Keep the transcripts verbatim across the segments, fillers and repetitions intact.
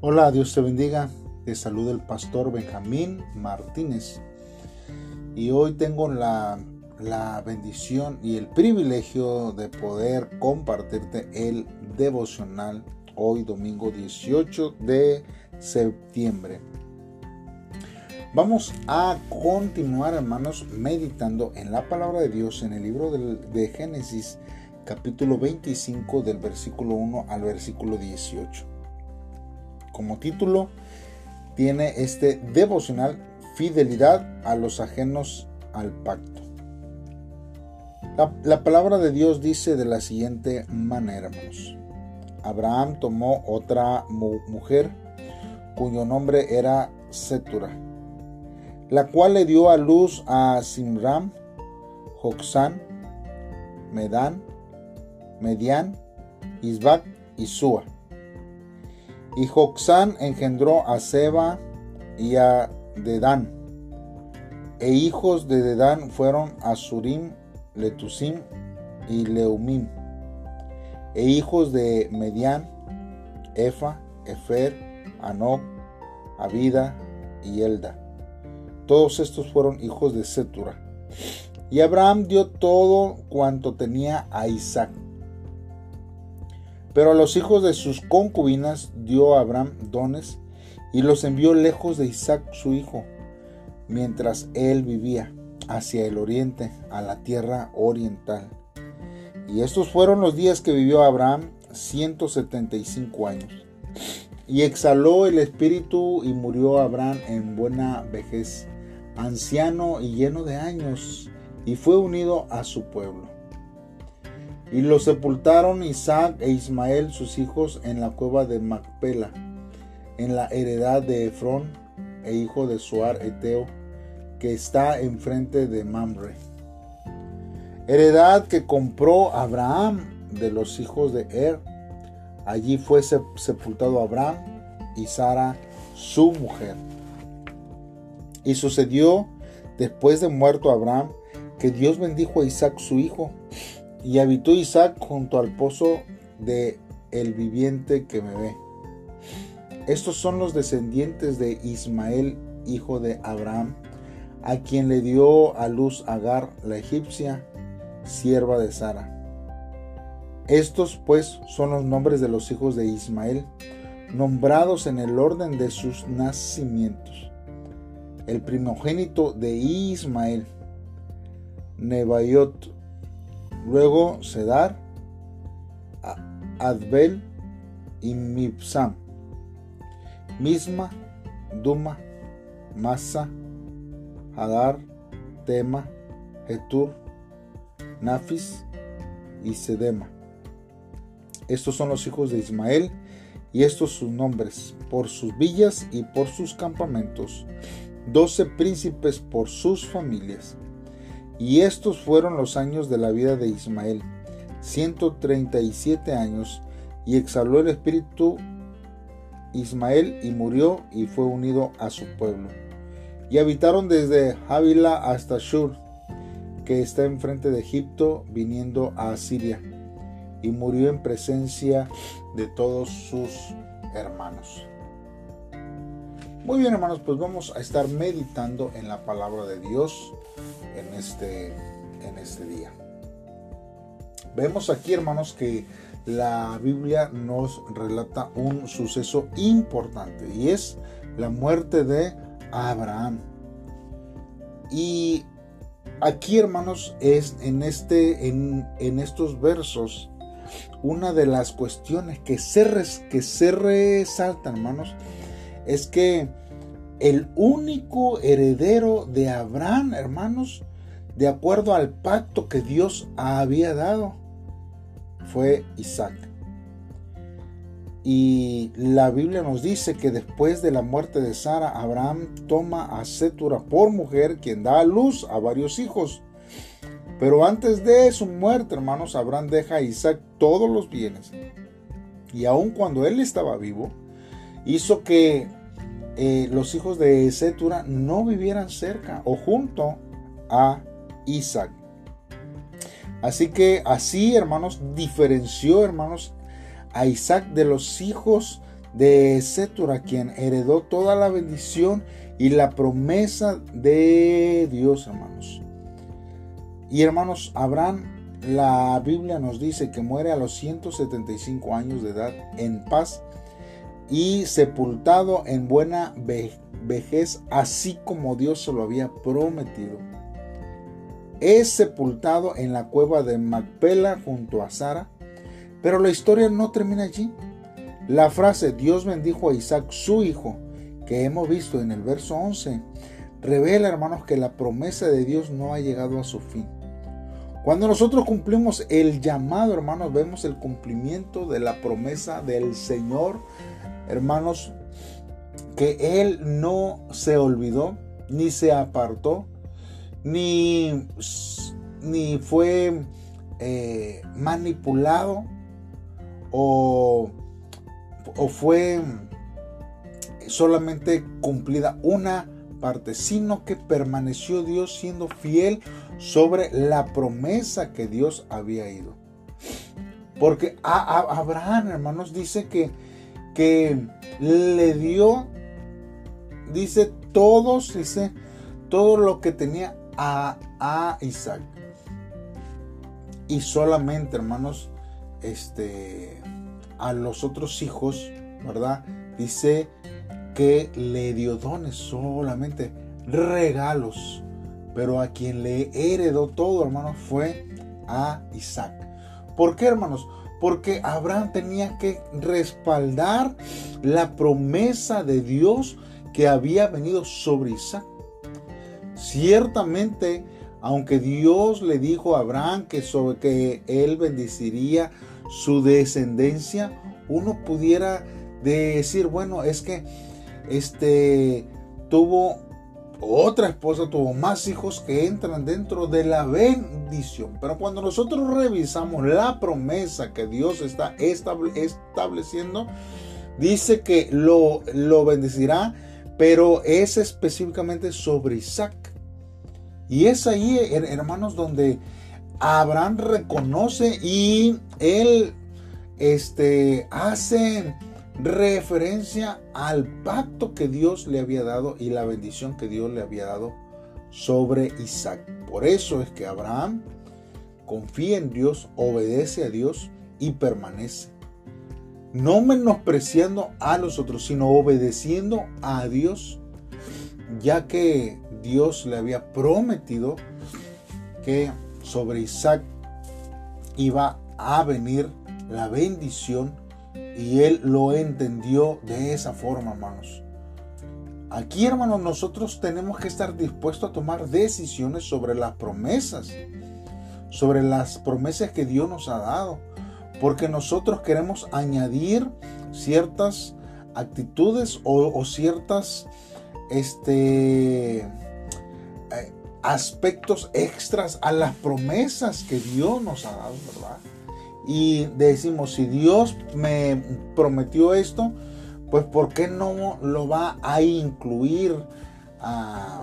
Hola, Dios te bendiga. Te saluda el pastor Benjamín Martínez. Y hoy tengo la, la bendición y el privilegio de poder compartirte el devocional hoy domingo dieciocho de septiembre. Vamos a continuar, hermanos, meditando en la palabra de Dios en el libro de, de Génesis, capítulo veinticinco, del versículo uno al versículo dieciocho. Como título tiene este devocional: Fidelidad a los ajenos al pacto. La, la palabra de Dios dice de la siguiente manera, hermanos. Abraham tomó otra mu- mujer cuyo nombre era Setura, la cual le dio a luz a Simram, Joksán, Medán, Medián, Isbac y Sua. Y Joksán engendró a Seba y a Dedán, e hijos de Dedán fueron Asurim, Letusim y Leumim, e hijos de Medián, Efa, Efer, Anoc, Abida y Elda. Todos estos fueron hijos de Setura. Y Abraham dio todo cuanto tenía a Isaac. Pero a los hijos de sus concubinas dio Abraham dones y los envió lejos de Isaac su hijo, mientras él vivía, hacia el oriente, a la tierra oriental. Y estos fueron los días que vivió Abraham, ciento setenta y cinco años. Y exhaló el espíritu y murió Abraham en buena vejez, anciano y lleno de años, y fue unido a su pueblo. Y lo sepultaron Isaac e Ismael sus hijos en la cueva de Macpela, en la heredad de Efrón e hijo de Suar Eteo, que está enfrente de Mamre. Heredad que compró Abraham de los hijos de Er. Allí fue sepultado Abraham y Sara su mujer. Y sucedió después de muerto Abraham que Dios bendijo a Isaac su hijo. Y habitó Isaac junto al pozo de el viviente que me ve. Estos son los descendientes de Ismael, hijo de Abraham, a quien le dio a luz Agar, la egipcia, sierva de Sara. Estos, pues, son los nombres de los hijos de Ismael, nombrados en el orden de sus nacimientos. El primogénito de Ismael, Nebaiot. Luego Cedar, Adbel y Mibsam, Misma, Duma, Masa, Hadar, Tema, Getur, Nafis y Sedema. Estos son los hijos de Ismael, y estos sus nombres, por sus villas y por sus campamentos, doce príncipes por sus familias. Y estos fueron los años de la vida de Ismael, ciento treinta y siete años, y exhaló el espíritu Ismael y murió y fue unido a su pueblo. Y habitaron desde Havila hasta Shur, que está enfrente de Egipto, viniendo a Asiria, y murió en presencia de todos sus hermanos. Muy bien, hermanos, pues vamos a estar meditando en la palabra de Dios en este, en este día. Vemos aquí, hermanos, que la Biblia nos relata un suceso importante, y es la muerte de Abraham. Y aquí, hermanos, es en, este, en, en estos versos una de las cuestiones que se, res, que se resaltan, hermanos, es que el único heredero de Abraham, hermanos, de acuerdo al pacto que Dios había dado, fue Isaac. Y la Biblia nos dice que después de la muerte de Sara, Abraham toma a Setura por mujer, quien da a luz a varios hijos. Pero antes de su muerte, hermanos, Abraham deja a Isaac todos los bienes. Y aun cuando él estaba vivo, hizo que eh, los hijos de Setura no vivieran cerca o junto a Isaac. Así que así, hermanos, diferenció, hermanos, a Isaac de los hijos de Cetura, quien heredó toda la bendición y la promesa de Dios, hermanos. Y hermanos, Abraham, la Biblia nos dice que muere a los ciento setenta y cinco años de edad en paz y sepultado en buena vejez, así como Dios se lo había prometido. Es sepultado en la cueva de Macpela junto a Sara, pero la historia no termina allí. La frase Dios bendijo a Isaac, su hijo, que hemos visto en el verso once, revela, hermanos, que la promesa de Dios no ha llegado a su fin. Cuando nosotros cumplimos el llamado, hermanos, vemos el cumplimiento de la promesa del Señor, hermanos, que Él no se olvidó, ni se apartó, ni, ni fue eh, manipulado o, o fue solamente cumplida una parte, sino que permaneció Dios siendo fiel sobre la promesa que Dios había ido. Porque a, a Abraham, hermanos, dice que, que le dio, dice todos, dice todo lo que tenía a, a Isaac. Y solamente, hermanos, este, a los otros hijos, ¿verdad? Dice que le dio dones, solamente regalos, pero a quien le heredó todo, hermanos, fue a Isaac. ¿Por qué, hermanos? Porque Abraham tenía que respaldar la promesa de Dios que había venido sobre Isaac. Ciertamente, aunque Dios le dijo a Abraham que, sobre, que él bendeciría su descendencia, uno pudiera decir, bueno, es que este tuvo otra esposa, tuvo más hijos que entran dentro de la bendición. Pero cuando nosotros revisamos la promesa que Dios está estableciendo, dice que lo, lo bendecirá, pero es específicamente sobre Isaac. Y es ahí, hermanos, donde Abraham reconoce y él este, hace referencia al pacto que Dios le había dado y la bendición que Dios le había dado sobre Isaac. Por eso es que Abraham confía en Dios, obedece a Dios y permanece, no menospreciando a los otros, sino obedeciendo a Dios, ya que Dios le había prometido que sobre Isaac iba a venir la bendición. Y él lo entendió de esa forma, hermanos. Aquí, hermanos, nosotros tenemos que estar dispuestos a tomar decisiones sobre las promesas, sobre las promesas que Dios nos ha dado, porque nosotros queremos añadir ciertas actitudes o, o ciertas este, eh, aspectos extras a las promesas que Dios nos ha dado, ¿verdad? Y decimos, si Dios me prometió esto, pues ¿por qué no lo va a incluir a,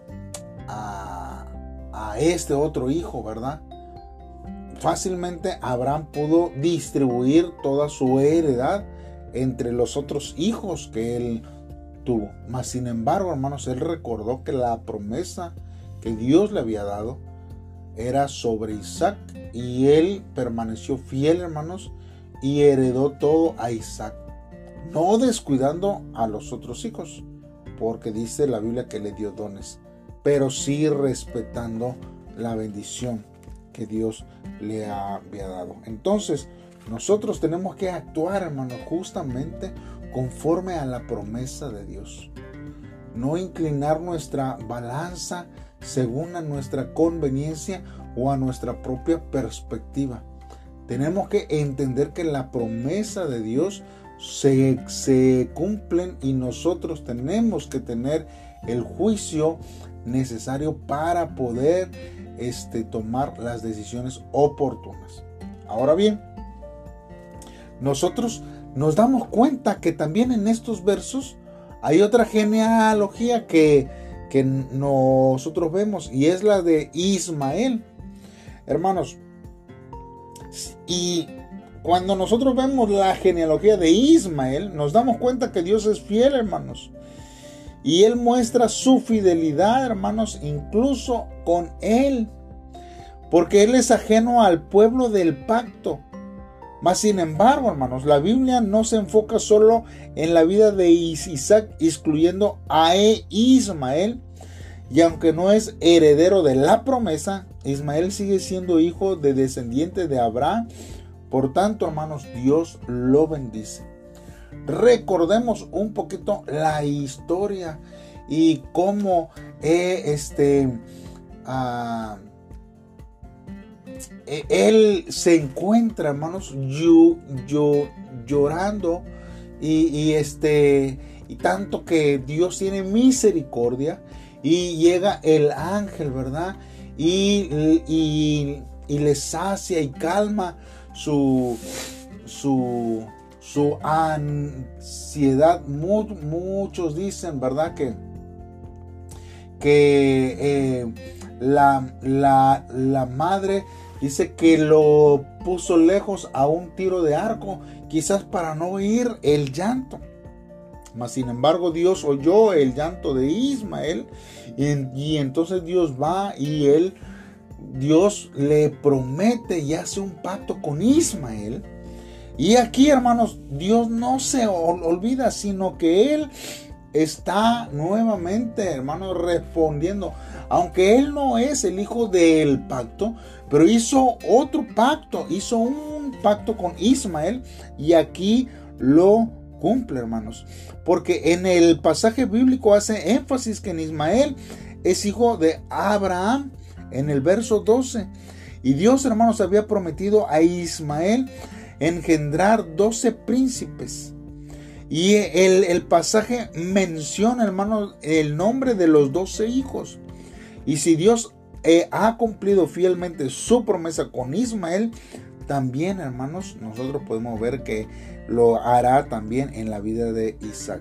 a, a este otro hijo, verdad? Fácilmente Abraham pudo distribuir toda su heredad entre los otros hijos que él tuvo. Mas sin embargo, hermanos, él recordó que la promesa que Dios le había dado era sobre Isaac, y él permaneció fiel, hermanos, y heredó todo a Isaac, no descuidando a los otros hijos, porque dice la Biblia que le dio dones, pero sí respetando la bendición que Dios le había dado. Entonces, nosotros tenemos que actuar, hermanos, justamente conforme a la promesa de Dios, no inclinar nuestra balanza según a nuestra conveniencia o a nuestra propia perspectiva. Tenemos que entender que la promesa de Dios se, se cumplen, y nosotros tenemos que tener el juicio necesario para poder este, tomar las decisiones oportunas. Ahora bien, nosotros nos damos cuenta que también en estos versos hay otra genealogía que, que nosotros vemos, y es la de Ismael. Hermanos, y cuando nosotros vemos la genealogía de Ismael, nos damos cuenta que Dios es fiel, hermanos. Y Él muestra su fidelidad, hermanos, incluso con Él. Porque Él es ajeno al pueblo del pacto. Mas sin embargo, hermanos, la Biblia no se enfoca solo en la vida de Isaac, excluyendo a Ismael. Y aunque no es heredero de la promesa, Ismael sigue siendo hijo de descendiente de Abraham. Por tanto, hermanos, Dios lo bendice. Recordemos un poquito la historia y cómo eh, este, uh, él se encuentra, hermanos, yo, yo, llorando y, y, este, y tanto que Dios tiene misericordia y llega el ángel, ¿verdad? Y, y, y le sacia y calma su, su, su ansiedad. Muchos dicen, ¿verdad? Que, que eh, la, la, la madre dice que lo puso lejos a un tiro de arco, quizás para no oír el llanto. Mas sin embargo Dios oyó el llanto de Ismael y, y entonces Dios va y él, Dios le promete y hace un pacto con Ismael. Y aquí, hermanos, Dios no se olvida, sino que Él está nuevamente, hermanos, respondiendo. Aunque Él no es el hijo del pacto, pero hizo otro pacto, hizo un pacto con Ismael y aquí lo cumple, hermanos. Porque en el pasaje bíblico hace énfasis que en Ismael es hijo de Abraham en el verso doce. Y Dios, hermanos, había prometido a Ismael engendrar doce príncipes. Y el, el pasaje menciona, hermanos, el nombre de los doce hijos. Y si Dios eh, ha cumplido fielmente su promesa con Ismael, también, hermanos, nosotros podemos ver que lo hará también en la vida de Isaac.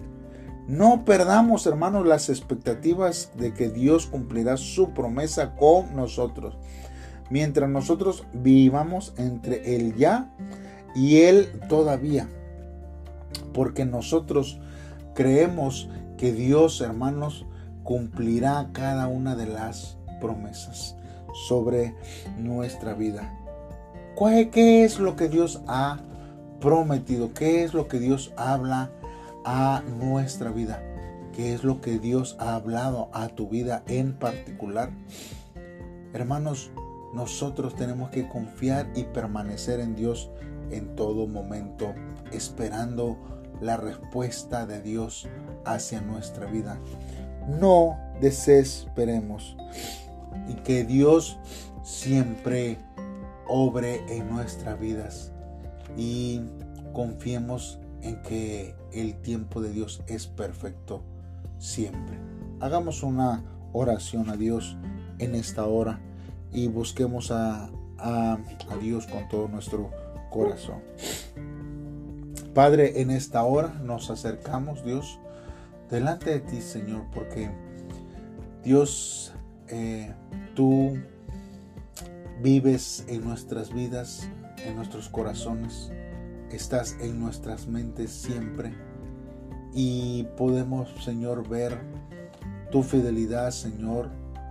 No perdamos, hermanos, las expectativas de que Dios cumplirá su promesa con nosotros, mientras nosotros vivamos entre el ya y el todavía. Porque nosotros creemos que Dios, hermanos, cumplirá cada una de las promesas sobre nuestra vida. ¿Qué es lo que Dios ha prometido? ¿Qué es lo que Dios habla a nuestra vida? ¿Qué es lo que Dios ha hablado a tu vida en particular? Hermanos, nosotros tenemos que confiar y permanecer en Dios en todo momento, esperando la respuesta de Dios hacia nuestra vida. No desesperemos y que Dios siempre obre en nuestras vidas y confiemos en que el tiempo de Dios es perfecto siempre. Hagamos una oración a Dios en esta hora y busquemos a, a, a Dios con todo nuestro corazón. Padre, en esta hora nos acercamos, Dios, delante de ti, Señor, porque Dios, eh, tú vives en nuestras vidas, en nuestros corazones, estás en nuestras mentes siempre y podemos, Señor, ver tu fidelidad, Señor,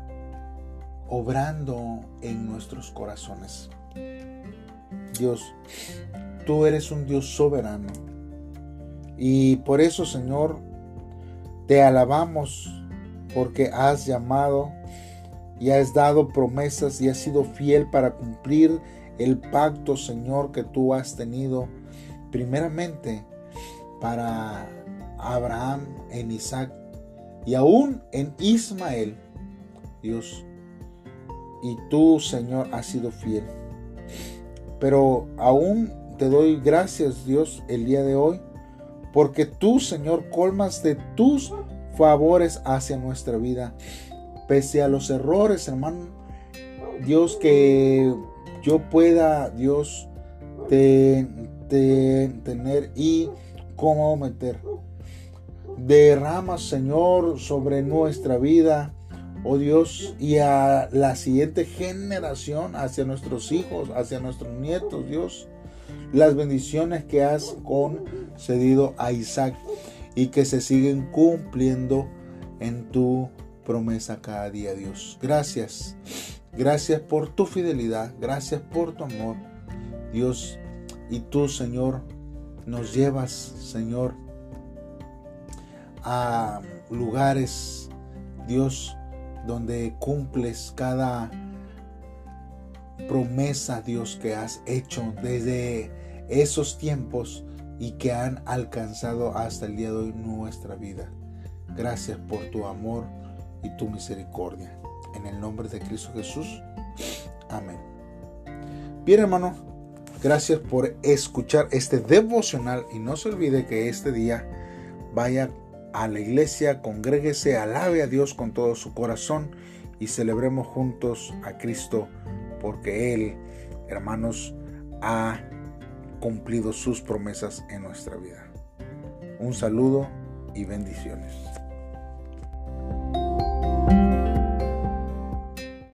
obrando en nuestros corazones. Dios, tú eres un Dios soberano y por eso, Señor, te alabamos porque has llamado y has dado promesas y has sido fiel para cumplir el pacto, Señor, que tú has tenido primeramente para Abraham, en Isaac y aún en Ismael, Dios. Y tú, Señor, has sido fiel. Pero aún te doy gracias, Dios, el día de hoy, porque tú, Señor, colmas de tus favores hacia nuestra vida. Pese a los errores, hermano, Dios, que yo pueda, Dios, te, te, tener y cometer. Derrama, Señor, sobre nuestra vida, oh Dios, y a la siguiente generación, hacia nuestros hijos, hacia nuestros nietos, Dios, las bendiciones que has concedido a Isaac y que se siguen cumpliendo en tu promesa cada día, Dios. Gracias. Gracias por tu fidelidad. Gracias por tu amor, Dios. Y tú, Señor, nos llevas, Señor, a lugares, Dios, donde cumples cada promesa, Dios, que has hecho desde esos tiempos y que han alcanzado hasta el día de hoy nuestra vida. Gracias por tu amor y tu misericordia. En el nombre de Cristo Jesús. Amén. Bien, hermano, gracias por escuchar este devocional y no se olvide que este día vaya a la iglesia, congréguese, alabe a Dios con todo su corazón y celebremos juntos a Cristo, porque Él, hermanos, ha cumplido sus promesas en nuestra vida. Un saludo y bendiciones.